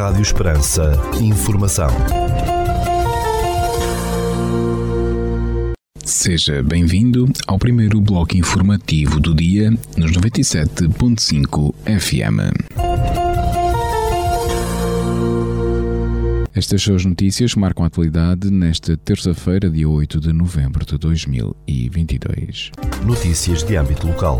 Rádio Esperança. Informação. Seja bem-vindo ao primeiro bloco informativo do dia nos 97.5 FM. Estas são as notícias que marcam a atualidade nesta terça-feira, dia 8 de novembro de 2022. Notícias de âmbito local.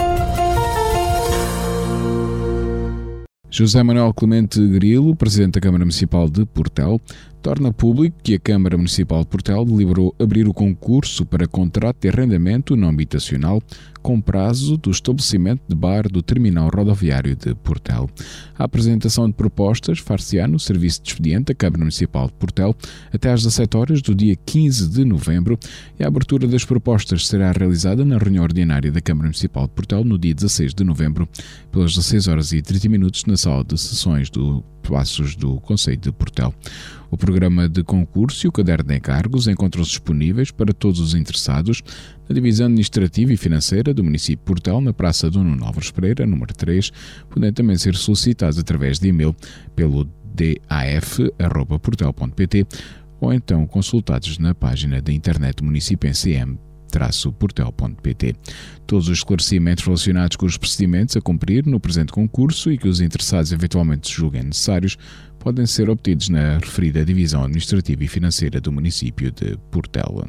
José Manuel Clemente Grilo, Presidente da Câmara Municipal de Portel, torna público que a Câmara Municipal de Portel deliberou abrir o concurso para contrato de arrendamento não habitacional com prazo do estabelecimento de bar do Terminal Rodoviário de Portel. A apresentação de propostas far-se-á no Serviço de Expediente da Câmara Municipal de Portel até às 17 horas do dia 15 de novembro e a abertura das propostas será realizada na reunião ordinária da Câmara Municipal de Portel no dia 16 de novembro, pelas 16 horas e 30 minutos na sala de sessões do Passos do Concelho de Portel. O programa de concurso e o caderno de encargos encontram-se disponíveis para todos os interessados na Divisão Administrativa e Financeira do município de Portel, na Praça Dom Nuno Álvares Pereira, número 3, podendo também ser solicitados através de e-mail pelo daf@portel.pt ou então consultados na página da internet do município ncm-portel.pt. Todos os esclarecimentos relacionados com os procedimentos a cumprir no presente concurso e que os interessados eventualmente julguem necessários podem ser obtidos na referida Divisão Administrativa e Financeira do município de Portel.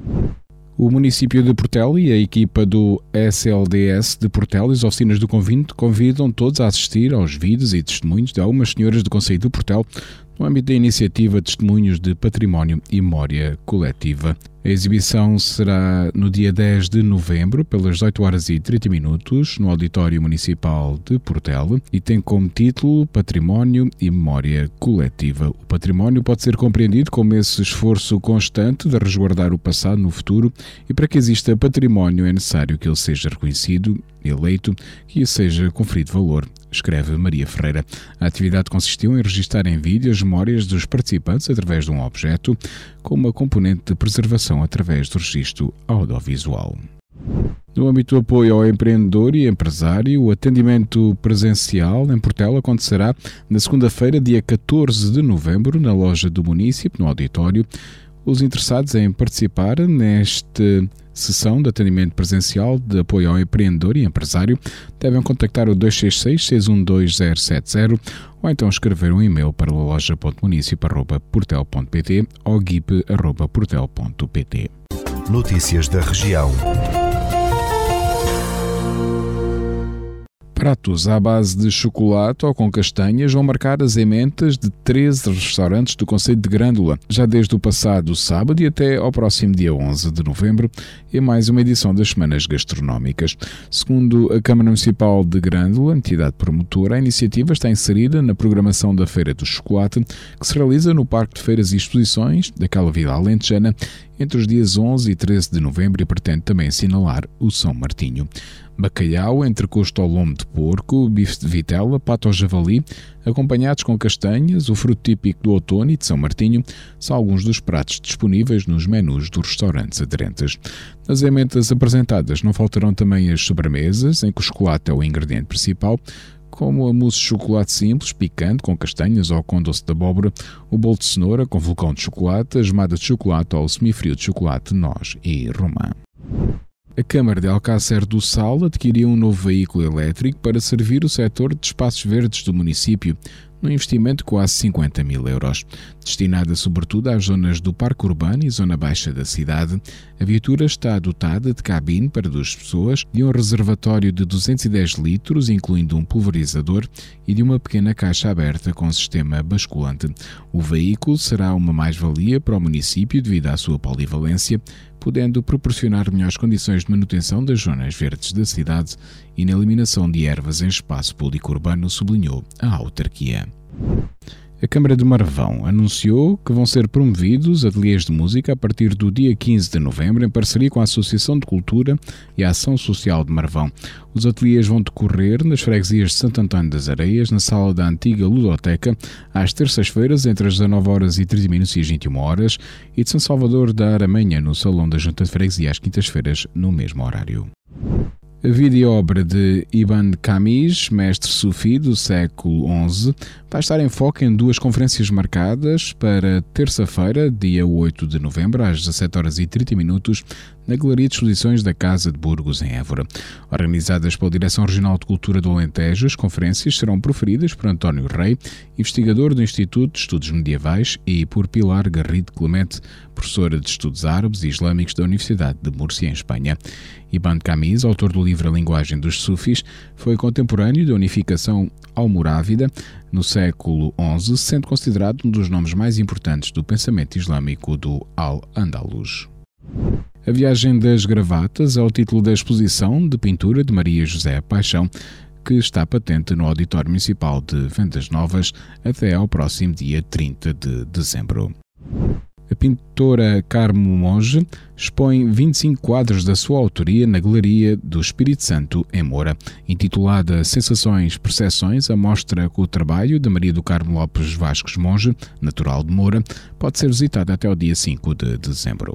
O município de Portel e a equipa do SLDS de Portel e as oficinas do Convento convidam todos a assistir aos vídeos e testemunhos de algumas senhoras do Concelho de Portel no âmbito da iniciativa Testemunhos de Património e Memória Coletiva. A exibição será no dia 10 de novembro, pelas 18 horas e 30 minutos, no Auditório Municipal de Portel e tem como título Património e Memória Coletiva. O património pode ser compreendido como esse esforço constante de resguardar o passado no futuro e para que exista património é necessário que ele seja reconhecido, eleito e seja conferido valor, escreve Maria Ferreira. A atividade consistiu em registrar em vídeo as memórias dos participantes através de um objeto, com uma componente de preservação através do registro audiovisual. No âmbito do apoio ao empreendedor e empresário, o atendimento presencial em Portel acontecerá na segunda-feira, dia 14 de novembro, na loja do município, no auditório. Os interessados em participar nesta sessão de atendimento presencial de apoio ao empreendedor e empresário devem contactar o 266-612-070 ou então escrever um e-mail para loja.municipio@portel.pt ou guip@portel.pt. Notícias da região. Pratos à base de chocolate ou com castanhas vão marcar as ementas de 13 restaurantes do concelho de Grândola, já desde o passado sábado e até ao próximo dia 11 de novembro, em mais uma edição das Semanas Gastronómicas. Segundo a Câmara Municipal de Grândola, entidade promotora, a iniciativa está inserida na programação da Feira do Chocolate, que se realiza no Parque de Feiras e Exposições daquela vila alentejana entre os dias 11 e 13 de novembro e pretende também assinalar o São Martinho. Bacalhau, entrecosto ao lombo de porco, bife de vitela, pato ao javali, acompanhados com castanhas, o fruto típico do outono e de São Martinho, são alguns dos pratos disponíveis nos menus dos restaurantes aderentes. Nas emendas apresentadas não faltarão também as sobremesas, em que o chocolate é o ingrediente principal, como a mousse de chocolate simples, picante, com castanhas ou com doce de abóbora, o bolo de cenoura com vulcão de chocolate, a gemada de chocolate ou o semifrio de chocolate, noz e romã. A Câmara de Alcácer do Sal adquiriu um novo veículo elétrico para servir o setor de espaços verdes do município, num investimento de quase 50 mil euros. Destinada sobretudo às zonas do Parque Urbano e Zona Baixa da cidade, a viatura está dotada de cabine para 2 pessoas, de um reservatório de 210 litros, incluindo um pulverizador, e de uma pequena caixa aberta com sistema basculante. O veículo será uma mais-valia para o município devido à sua polivalência, podendo proporcionar melhores condições de manutenção das zonas verdes da cidade e na eliminação de ervas em espaço público urbano, sublinhou a autarquia. A Câmara de Marvão anunciou que vão ser promovidos ateliês de música a partir do dia 15 de novembro, em parceria com a Associação de Cultura e a Ação Social de Marvão. Os ateliês vão decorrer nas freguesias de Santo António das Areias, na sala da antiga Ludoteca, às terças-feiras, entre as 19 horas e 30 minutos e as 21 horas, e de São Salvador da Aramanha, no Salão da Junta de Freguesia, às quintas-feiras, no mesmo horário. A vida e obra de Ibn Camus, mestre sufi do século XI, vai estar em foco em duas conferências marcadas para terça-feira, dia 8 de novembro, às 17h30, na Galeria de Exposições da Casa de Burgos, em Évora. Organizadas pela Direção Regional de Cultura do Alentejo, as conferências serão proferidas por António Rei, investigador do Instituto de Estudos Medievais, e por Pilar Garrido Clemente, professora de Estudos Árabes e Islâmicos da Universidade de Múrcia, em Espanha. Ibn Camus, autor do livro A Linguagem dos Sufis, foi contemporâneo da unificação almorávida no século XI, sendo considerado um dos nomes mais importantes do pensamento islâmico do Al-Andalus. A Viagem das Gravatas é o título da exposição de pintura de Maria José Paixão, que está patente no Auditório Municipal de Vendas Novas até ao próximo dia 30 de dezembro. A pintora Carmo Monge expõe 25 quadros da sua autoria na Galeria do Espírito Santo, em Moura. Intitulada Sensações, Percepções, a mostra com o trabalho de Maria do Carmo Lopes Vasques Monge, natural de Moura, pode ser visitada até o dia 5 de dezembro.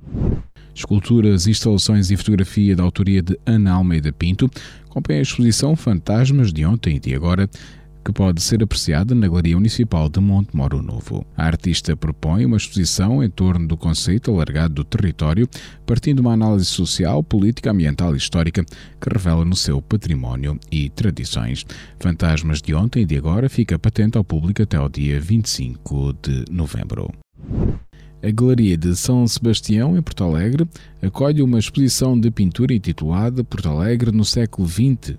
Esculturas, instalações e fotografia da autoria de Ana Almeida Pinto compõem a exposição Fantasmas de Ontem e de Agora, que pode ser apreciada na Galeria Municipal de Monte Moro Novo. A artista propõe uma exposição em torno do conceito alargado do território, partindo de uma análise social, política, ambiental e histórica que revela no seu património e tradições. Fantasmas de Ontem e de Agora fica patente ao público até ao dia 25 de novembro. A Galeria de São Sebastião, em Porto Alegre, acolhe uma exposição de pintura intitulada Porto Alegre no século XX,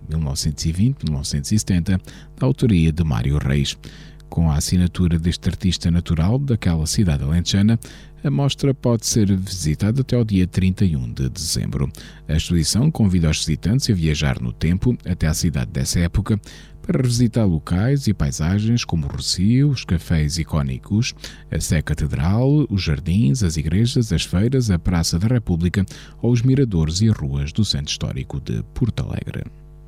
1920-1970, da autoria de Mário Reis. Com a assinatura deste artista natural daquela cidade alentejana, a mostra pode ser visitada até ao dia 31 de dezembro. A exposição convida os visitantes a viajar no tempo até à cidade dessa época para revisitar locais e paisagens como o Rossio, os cafés icónicos, a Sé Catedral, os jardins, as igrejas, as feiras, a Praça da República ou os miradores e ruas do Centro Histórico de Porto Alegre.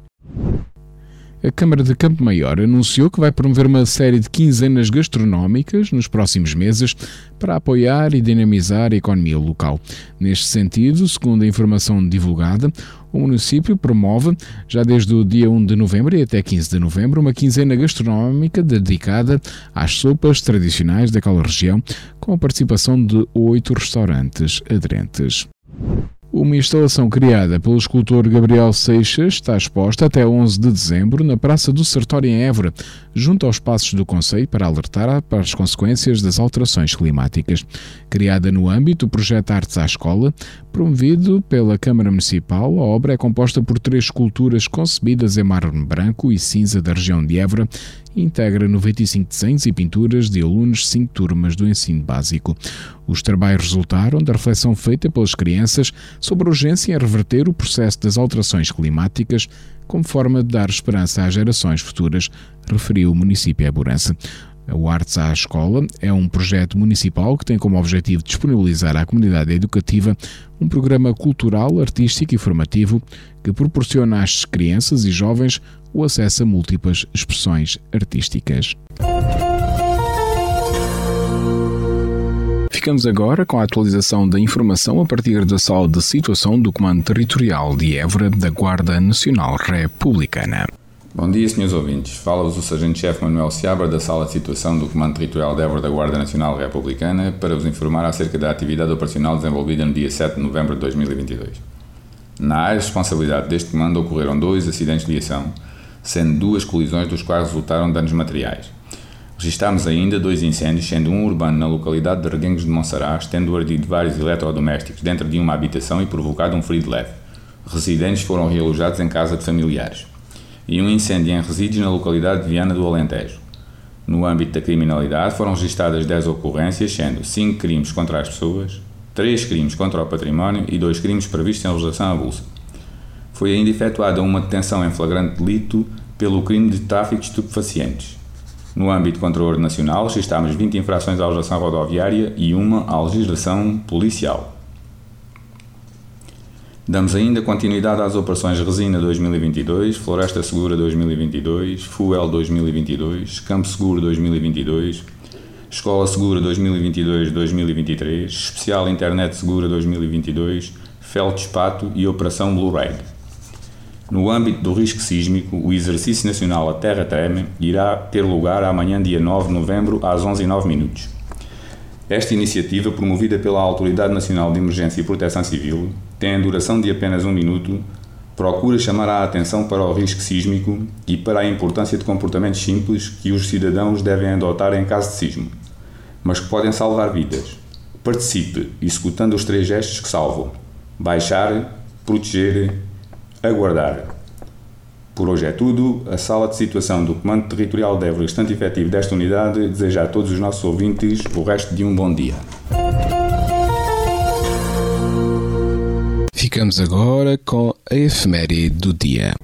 A Câmara de Campo Maior anunciou que vai promover uma série de quinzenas gastronómicas nos próximos meses para apoiar e dinamizar a economia local. Neste sentido, segundo a informação divulgada, o município promove, já desde o dia 1 de novembro e até 15 de novembro, uma quinzena gastronómica dedicada às sopas tradicionais daquela região, com a participação de 8 restaurantes aderentes. Uma instalação criada pelo escultor Gabriel Seixas está exposta até 11 de dezembro na Praça do Sertório, em Évora, junto aos passos do Conselho, para alertar para as consequências das alterações climáticas. Criada no âmbito do projeto Artes à Escola, promovido pela Câmara Municipal, a obra é composta por 3 esculturas concebidas em mármore branco e cinza da região de Évora e integra 95 desenhos e pinturas de alunos de 5 turmas do ensino básico. Os trabalhos resultaram da reflexão feita pelas crianças sobre a urgência em reverter o processo das alterações climáticas como forma de dar esperança às gerações futuras, referiu o município éborense. O Artes à Escola é um projeto municipal que tem como objetivo disponibilizar à comunidade educativa um programa cultural, artístico e formativo que proporciona às crianças e jovens o acesso a múltiplas expressões artísticas. Ficamos agora com a atualização da informação a partir da sala de situação do Comando Territorial de Évora da Guarda Nacional Republicana. Bom dia, senhores ouvintes. Fala-vos o Sargento-Chefe Manuel Seabra da Sala de Situação do Comando Territorial de Évora da Guarda Nacional Republicana para vos informar acerca da atividade operacional desenvolvida no dia 7 de novembro de 2022. Na área de responsabilidade deste comando ocorreram 2 acidentes de viação, sendo 2 colisões dos quais resultaram danos materiais. Registámos ainda 2 incêndios, sendo um urbano na localidade de Reguengos de Monsaraz, tendo ardido vários eletrodomésticos dentro de uma habitação e provocado um ferido leve. Residentes foram realojados em casa de familiares. E um incêndio em resíduos na localidade de Viana do Alentejo. No âmbito da criminalidade foram registadas 10 ocorrências, sendo 5 crimes contra as pessoas, 3 crimes contra o património e 2 crimes previstos em legislação avulsa. Foi ainda efetuada uma detenção em flagrante delito pelo crime de tráfico de estupefacientes. No âmbito contra o ordem nacional, registámos 20 infrações à legislação rodoviária e uma à legislação policial. Damos ainda continuidade às operações Resina 2022, Floresta Segura 2022, Fuel 2022, Campo Seguro 2022, Escola Segura 2022-2023, Especial Internet Segura 2022, Feldspato e Operação Blue Raid. No âmbito do risco sísmico, o exercício nacional A Terra Treme irá ter lugar amanhã, dia 9 de novembro, às 11h09. Esta iniciativa, promovida pela Autoridade Nacional de Emergência e Proteção Civil, tem a duração de apenas 1 minuto, procura chamar a atenção para o risco sísmico e para a importância de comportamentos simples que os cidadãos devem adotar em caso de sismo, mas que podem salvar vidas. Participe, executando os 3 gestos que salvam: baixar, proteger, aguardar. Por hoje é tudo. A Sala de Situação do Comando Territorial de Évora, estante efetivo desta unidade, deseja a todos os nossos ouvintes o resto de um bom dia. Ficamos agora com a efeméride do dia.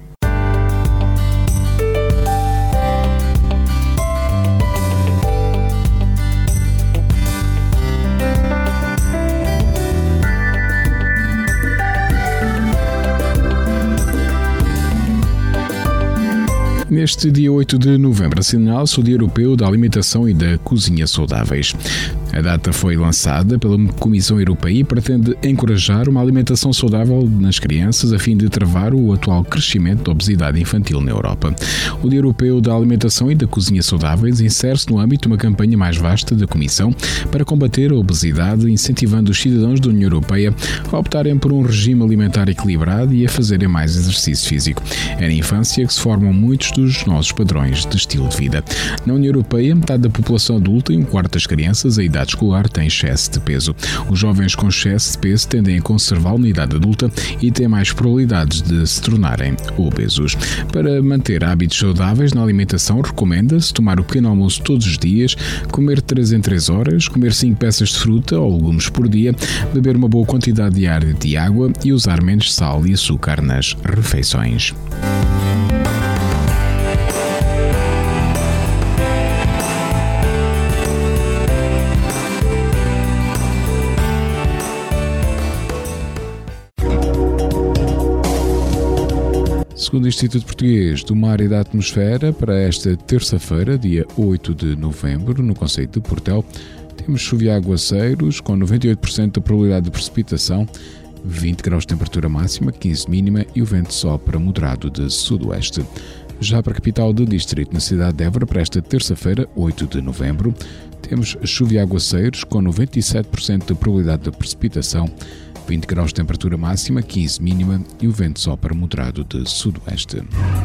Neste dia 8 de novembro assinala-se o Dia Europeu da Alimentação e da Cozinha Saudáveis. A data foi lançada pela Comissão Europeia e pretende encorajar uma alimentação saudável nas crianças a fim de travar o atual crescimento da obesidade infantil na Europa. O Dia Europeu da Alimentação e da Cozinha Saudáveis insere-se no âmbito de uma campanha mais vasta da Comissão para combater a obesidade, incentivando os cidadãos da União Europeia a optarem por um regime alimentar equilibrado e a fazerem mais exercício físico. É na infância que se formam muitos dos nossos padrões de estilo de vida. Na União Europeia, metade da população adulta e 1/4 das crianças em idade escolar têm excesso de peso. Os jovens com excesso de peso tendem a conservá-lo na idade adulta e têm mais probabilidades de se tornarem obesos. Para manter hábitos saudáveis na alimentação, recomenda-se tomar o pequeno almoço todos os dias, comer 3 em 3 horas, comer 5 peças de fruta ou legumes por dia, beber uma boa quantidade diária de água e usar menos sal e açúcar nas refeições. Segundo o Instituto Português do Mar e da Atmosfera, para esta terça-feira, dia 8 de novembro, no concelho de Portel, temos chuva e aguaceiros com 98% de probabilidade de precipitação, 20 graus de temperatura máxima, 15 mínima e o vento sopra moderado de sudoeste. Já para a capital do distrito, na cidade de Évora, para esta terça-feira, 8 de novembro, temos chuva e aguaceiros com 97% de probabilidade de precipitação, 20 graus de temperatura máxima, 15 mínima e o vento sopra moderado de sudoeste.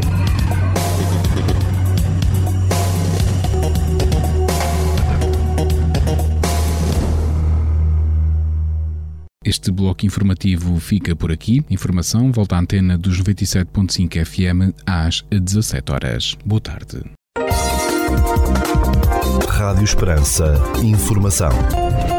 Este bloco informativo fica por aqui. Informação volta à antena dos 97.5 FM às 17 horas. Boa tarde. Rádio Esperança. Informação.